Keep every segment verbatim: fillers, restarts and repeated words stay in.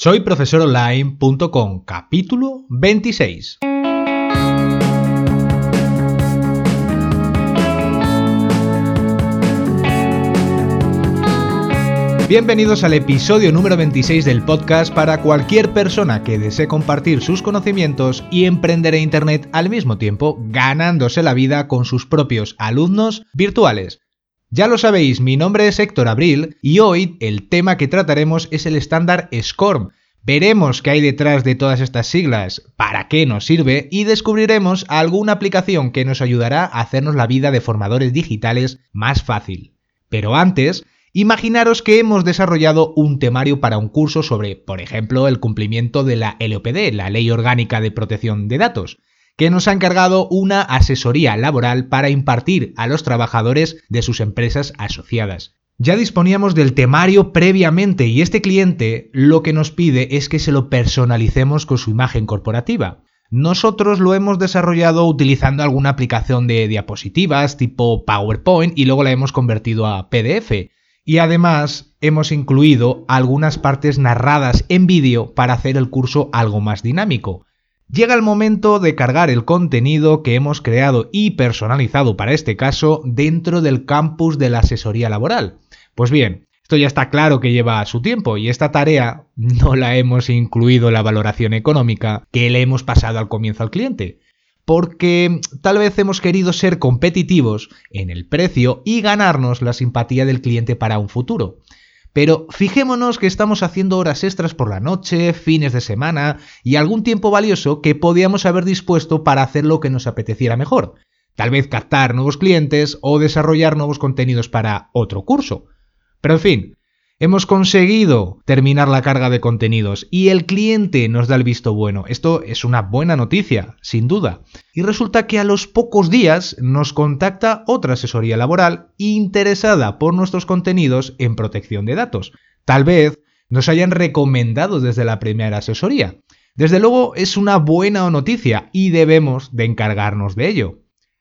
soy profesor online punto com, capítulo veintiséis. Bienvenidos al episodio número veintiséis del podcast para cualquier persona que desee compartir sus conocimientos y emprender en Internet al mismo tiempo, ganándose la vida con sus propios alumnos virtuales. Ya lo sabéis, mi nombre es Héctor Abril y hoy el tema que trataremos es el estándar SCORM. Veremos qué hay detrás de todas estas siglas, para qué nos sirve y descubriremos alguna aplicación que nos ayudará a hacernos la vida de formadores digitales más fácil. Pero antes, imaginaros que hemos desarrollado un temario para un curso sobre, por ejemplo, el cumplimiento de la L O P D, la Ley Orgánica de Protección de Datos, que nos ha encargado una asesoría laboral para impartir a los trabajadores de sus empresas asociadas. Ya disponíamos del temario previamente y este cliente lo que nos pide es que se lo personalicemos con su imagen corporativa. Nosotros lo hemos desarrollado utilizando alguna aplicación de diapositivas tipo PowerPoint y luego la hemos convertido a P D F. Y además hemos incluido algunas partes narradas en vídeo para hacer el curso algo más dinámico. Llega el momento de cargar el contenido que hemos creado y personalizado para este caso dentro del campus de la asesoría laboral. Pues bien, esto ya está claro que lleva su tiempo y esta tarea no la hemos incluido en la valoración económica que le hemos pasado al comienzo al cliente, porque tal vez hemos querido ser competitivos en el precio y ganarnos la simpatía del cliente para un futuro. Pero fijémonos que estamos haciendo horas extras por la noche, fines de semana y algún tiempo valioso que podíamos haber dispuesto para hacer lo que nos apeteciera mejor. Tal vez captar nuevos clientes o desarrollar nuevos contenidos para otro curso. Pero en fin, hemos conseguido terminar la carga de contenidos y el cliente nos da el visto bueno. Esto es una buena noticia, sin duda. Y resulta que a los pocos días nos contacta otra asesoría laboral interesada por nuestros contenidos en protección de datos. Tal vez nos hayan recomendado desde la primera asesoría. Desde luego es una buena noticia y debemos de encargarnos de ello.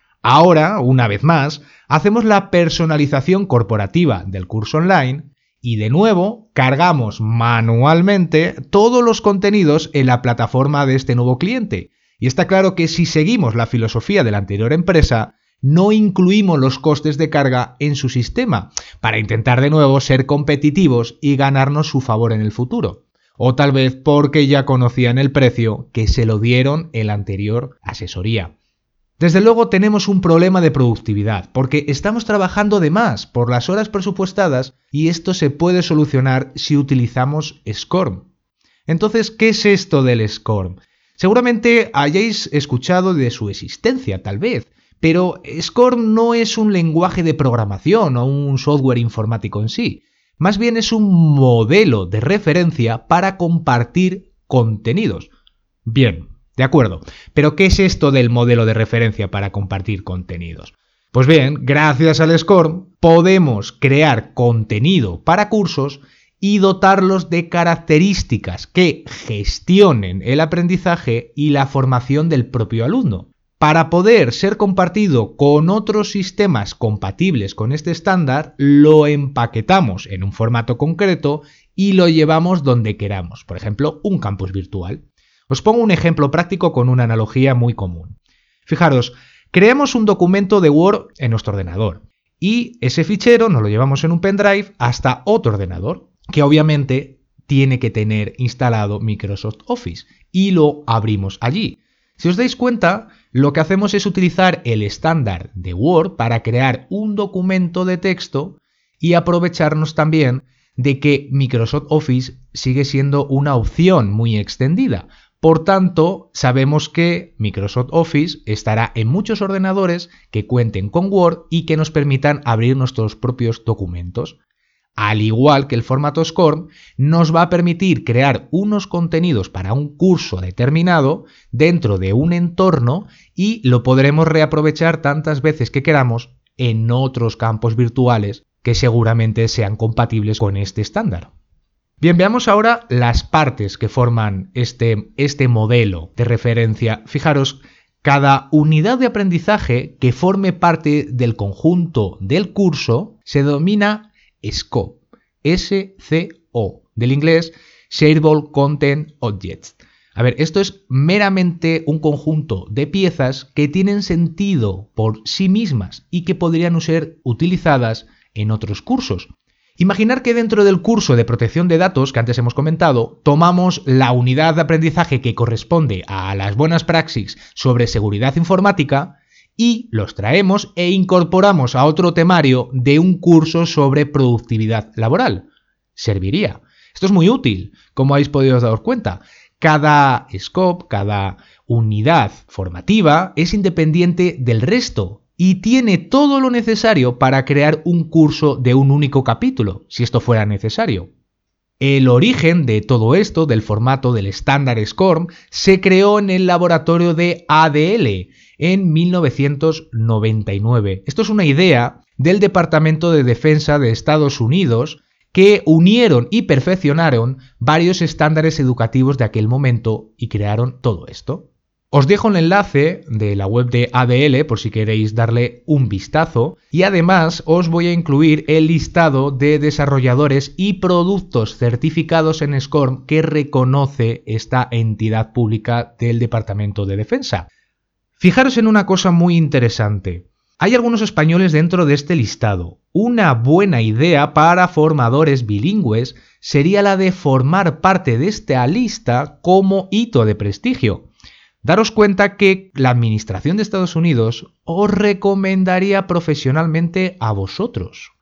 Ahora, una vez más, hacemos la personalización corporativa del curso online y de nuevo cargamos manualmente todos los contenidos en la plataforma de este nuevo cliente. Y está claro que si seguimos la filosofía de la anterior empresa, no incluimos los costes de carga en su sistema para intentar de nuevo ser competitivos y ganarnos su favor en el futuro. O tal vez porque ya conocían el precio que se lo dieron en la anterior asesoría. Desde luego tenemos un problema de productividad, porque estamos trabajando de más por las horas presupuestadas y esto se puede solucionar si utilizamos SCORM. Entonces, ¿qué es esto del SCORM? Seguramente hayáis escuchado de su existencia, tal vez, pero SCORM no es un lenguaje de programación o un software informático en sí. Más bien es un modelo de referencia para compartir contenidos. Bien. De acuerdo, pero ¿qué es esto del modelo de referencia para compartir contenidos? Pues bien, gracias al SCORM podemos crear contenido para cursos y dotarlos de características que gestionen el aprendizaje y la formación del propio alumno. Para poder ser compartido con otros sistemas compatibles con este estándar, lo empaquetamos en un formato concreto y lo llevamos donde queramos, por ejemplo, un campus virtual. Os pongo un ejemplo práctico con una analogía muy común. Fijaros, creamos un documento de Word en nuestro ordenador y ese fichero nos lo llevamos en un pendrive hasta otro ordenador, que obviamente tiene que tener instalado Microsoft Office y lo abrimos allí. Si os dais cuenta, lo que hacemos es utilizar el estándar de Word para crear un documento de texto y aprovecharnos también de que Microsoft Office sigue siendo una opción muy extendida. Por tanto, sabemos que Microsoft Office estará en muchos ordenadores que cuenten con Word y que nos permitan abrir nuestros propios documentos. Al igual que el formato SCORM, nos va a permitir crear unos contenidos para un curso determinado dentro de un entorno y lo podremos reaprovechar tantas veces que queramos en otros campos virtuales que seguramente sean compatibles con este estándar. Bien, veamos ahora las partes que forman este, este modelo de referencia. Fijaros, cada unidad de aprendizaje que forme parte del conjunto del curso se denomina SCOP, S C O, del inglés Shareable Content Objects. A ver, esto es meramente un conjunto de piezas que tienen sentido por sí mismas y que podrían ser utilizadas en otros cursos. Imaginar que dentro del curso de protección de datos que antes hemos comentado, tomamos la unidad de aprendizaje que corresponde a las buenas praxis sobre seguridad informática y los traemos e incorporamos a otro temario de un curso sobre productividad laboral. Serviría. Esto es muy útil, como habéis podido daros cuenta. Cada scope, cada unidad formativa es independiente del resto y tiene todo lo necesario para crear un curso de un único capítulo, si esto fuera necesario. El origen de todo esto, del formato del estándar SCORM, se creó en el laboratorio de A D L en mil novecientos noventa y nueve. Esto es una idea del Departamento de Defensa de Estados Unidos que unieron y perfeccionaron varios estándares educativos de aquel momento y crearon todo esto. Os dejo el enlace de la web de A D L por si queréis darle un vistazo y además os voy a incluir el listado de desarrolladores y productos certificados en SCORM que reconoce esta entidad pública del Departamento de Defensa. Fijaros en una cosa muy interesante. Hay algunos españoles dentro de este listado. Una buena idea para formadores bilingües sería la de formar parte de esta lista como hito de prestigio. Daros cuenta que la Administración de Estados Unidos os recomendaría profesionalmente a vosotros.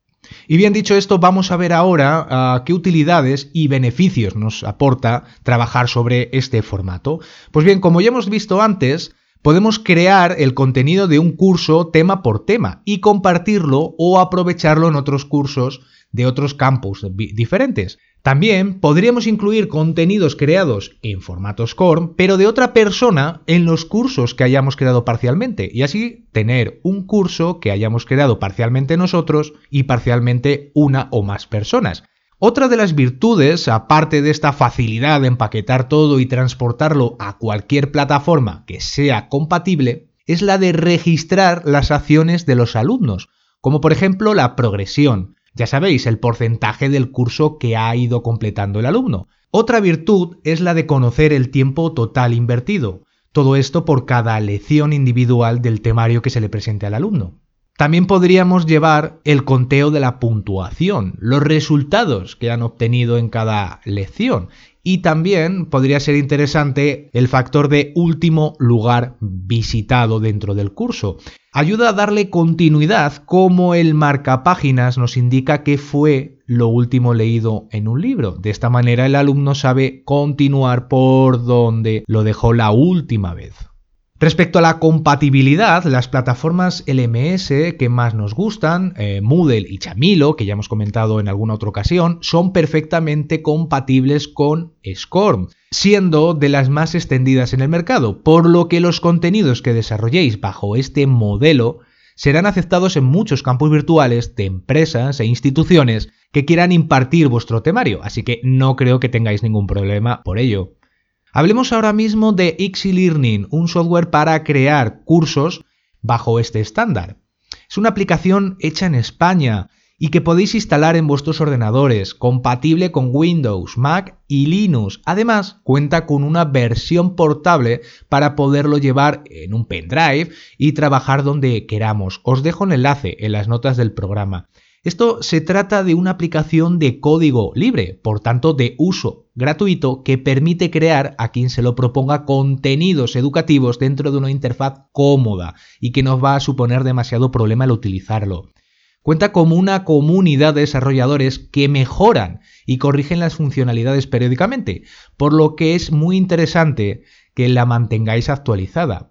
Y bien dicho esto, vamos a ver ahora uh, qué utilidades y beneficios nos aporta trabajar sobre este formato. Pues bien, como ya hemos visto antes, podemos crear el contenido de un curso tema por tema y compartirlo o aprovecharlo en otros cursos de otros campus diferentes. También podríamos incluir contenidos creados en formato SCORM, pero de otra persona en los cursos que hayamos creado parcialmente y así tener un curso que hayamos creado parcialmente nosotros y parcialmente una o más personas. Otra de las virtudes, aparte de esta facilidad de empaquetar todo y transportarlo a cualquier plataforma que sea compatible, es la de registrar las acciones de los alumnos, como por ejemplo la progresión. Ya sabéis, el porcentaje del curso que ha ido completando el alumno. Otra virtud es la de conocer el tiempo total invertido. Todo esto por cada lección individual del temario que se le presente al alumno. También podríamos llevar el conteo de la puntuación, los resultados que han obtenido en cada lección. Y también podría ser interesante el factor de último lugar visitado dentro del curso. Ayuda a darle continuidad, como el marcapáginas nos indica que fue lo último leído en un libro. De esta manera el alumno sabe continuar por donde lo dejó la última vez. Respecto a la compatibilidad, las plataformas L M S que más nos gustan, eh, Moodle y Chamilo, que ya hemos comentado en alguna otra ocasión, son perfectamente compatibles con SCORM, siendo de las más extendidas en el mercado, por lo que los contenidos que desarrolléis bajo este modelo serán aceptados en muchos campus virtuales de empresas e instituciones que quieran impartir vuestro temario, así que no creo que tengáis ningún problema por ello. Hablemos ahora mismo de ExeLearning, un software para crear cursos bajo este estándar. Es una aplicación hecha en España y que podéis instalar en vuestros ordenadores, compatible con Windows, Mac y Linux. Además, cuenta con una versión portable para poderlo llevar en un pendrive y trabajar donde queramos. Os dejo un enlace en las notas del programa. Esto se trata de una aplicación de código libre, por tanto de uso gratuito, que permite crear a quien se lo proponga contenidos educativos dentro de una interfaz cómoda y que no va a suponer demasiado problema al utilizarlo. Cuenta con una comunidad de desarrolladores que mejoran y corrigen las funcionalidades periódicamente, por lo que es muy interesante que la mantengáis actualizada.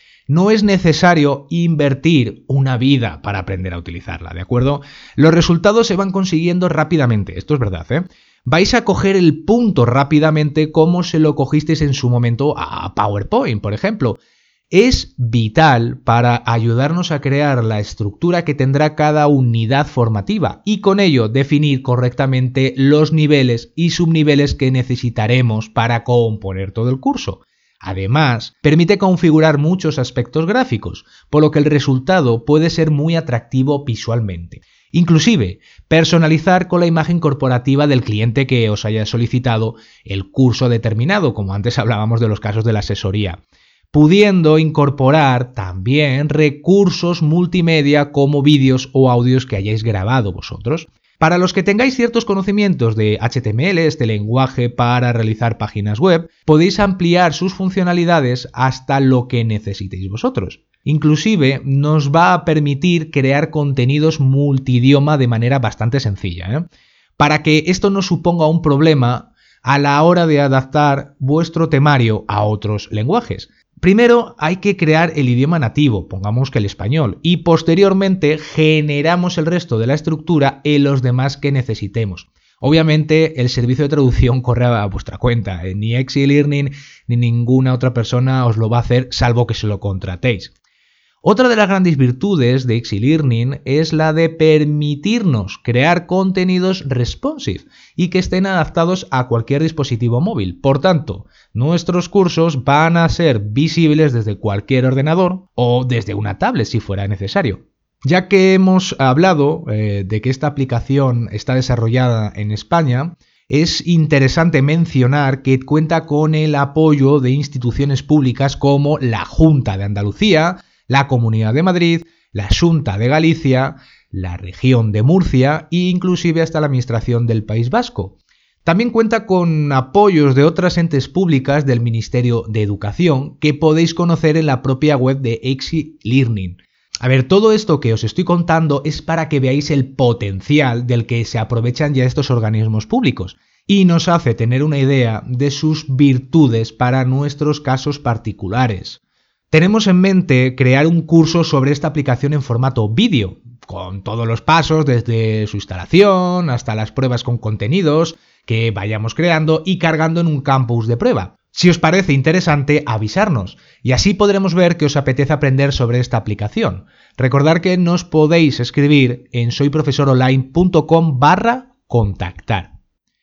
No es necesario invertir una vida para aprender a utilizarla, ¿de acuerdo? Los resultados se van consiguiendo rápidamente, esto es verdad, ¿eh? Vais a coger el punto rápidamente como se lo cogisteis en su momento a PowerPoint, por ejemplo. Es vital para ayudarnos a crear la estructura que tendrá cada unidad formativa y con ello definir correctamente los niveles y subniveles que necesitaremos para componer todo el curso. Además, permite configurar muchos aspectos gráficos, por lo que el resultado puede ser muy atractivo visualmente. Inclusive, personalizar con la imagen corporativa del cliente que os haya solicitado el curso determinado, como antes hablábamos de los casos de la asesoría, pudiendo incorporar también recursos multimedia como vídeos o audios que hayáis grabado vosotros. Para los que tengáis ciertos conocimientos de H T M L, este lenguaje para realizar páginas web, podéis ampliar sus funcionalidades hasta lo que necesitéis vosotros. Inclusive nos va a permitir crear contenidos multidioma de manera bastante sencilla, ¿eh? Para que esto no suponga un problema a la hora de adaptar vuestro temario a otros lenguajes. Primero hay que crear el idioma nativo, pongamos que el español, y posteriormente generamos el resto de la estructura en los demás que necesitemos. Obviamente el servicio de traducción corre a vuestra cuenta, ¿eh? Ni Exi-Learning ni ninguna otra persona os lo va a hacer salvo que se lo contratéis. Otra de las grandes virtudes de Exi-Learning es la de permitirnos crear contenidos responsive y que estén adaptados a cualquier dispositivo móvil. Por tanto, nuestros cursos van a ser visibles desde cualquier ordenador o desde una tablet si fuera necesario. Ya que hemos hablado eh, de que esta aplicación está desarrollada en España, es interesante mencionar que cuenta con el apoyo de instituciones públicas como la Junta de Andalucía, la Comunidad de Madrid, la Xunta de Galicia, la Región de Murcia e inclusive hasta la Administración del País Vasco. También cuenta con apoyos de otras entes públicas del Ministerio de Educación que podéis conocer en la propia web de Exi-Learning. A ver, todo esto que os estoy contando es para que veáis el potencial del que se aprovechan ya estos organismos públicos y nos hace tener una idea de sus virtudes para nuestros casos particulares. Tenemos en mente crear un curso sobre esta aplicación en formato vídeo, con todos los pasos desde su instalación hasta las pruebas con contenidos que vayamos creando y cargando en un campus de prueba. Si os parece interesante, avisarnos y así podremos ver que os apetece aprender sobre esta aplicación. Recordad que nos podéis escribir en soyprofesoronline.com barra contactar.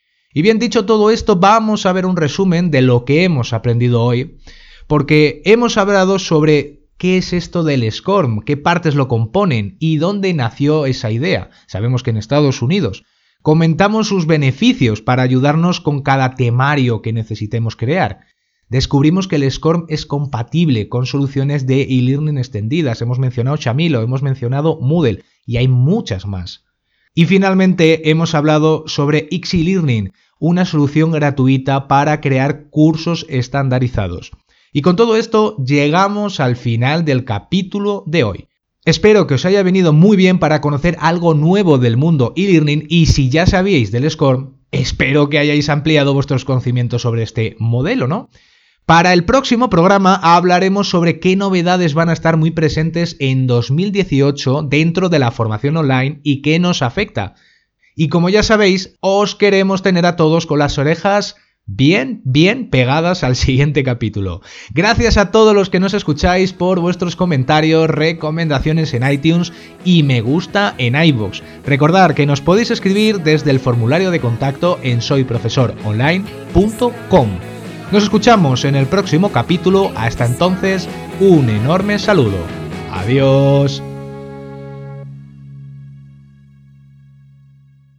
Y bien dicho todo esto, vamos a ver un resumen de lo que hemos aprendido hoy, porque hemos hablado sobre qué es esto del SCORM, qué partes lo componen y dónde nació esa idea. Sabemos que en Estados Unidos. Comentamos sus beneficios para ayudarnos con cada temario que necesitemos crear. Descubrimos que el SCORM es compatible con soluciones de e-learning extendidas. Hemos mencionado Chamilo, hemos mencionado Moodle y hay muchas más. Y finalmente hemos hablado sobre Exi-Learning, una solución gratuita para crear cursos estandarizados. Y con todo esto llegamos al final del capítulo de hoy. Espero que os haya venido muy bien para conocer algo nuevo del mundo e-learning y si ya sabíais del SCORM, espero que hayáis ampliado vuestros conocimientos sobre este modelo, ¿no? Para el próximo programa hablaremos sobre qué novedades van a estar muy presentes en dos mil dieciocho dentro de la formación online y qué nos afecta. Y como ya sabéis, os queremos tener a todos con las orejas bien, bien pegadas al siguiente capítulo. Gracias a todos los que nos escucháis por vuestros comentarios, recomendaciones en iTunes y me gusta en iVoox. Recordad que nos podéis escribir desde el formulario de contacto en soy profesor online punto com. Nos escuchamos en el próximo capítulo. Hasta entonces, un enorme saludo. Adiós.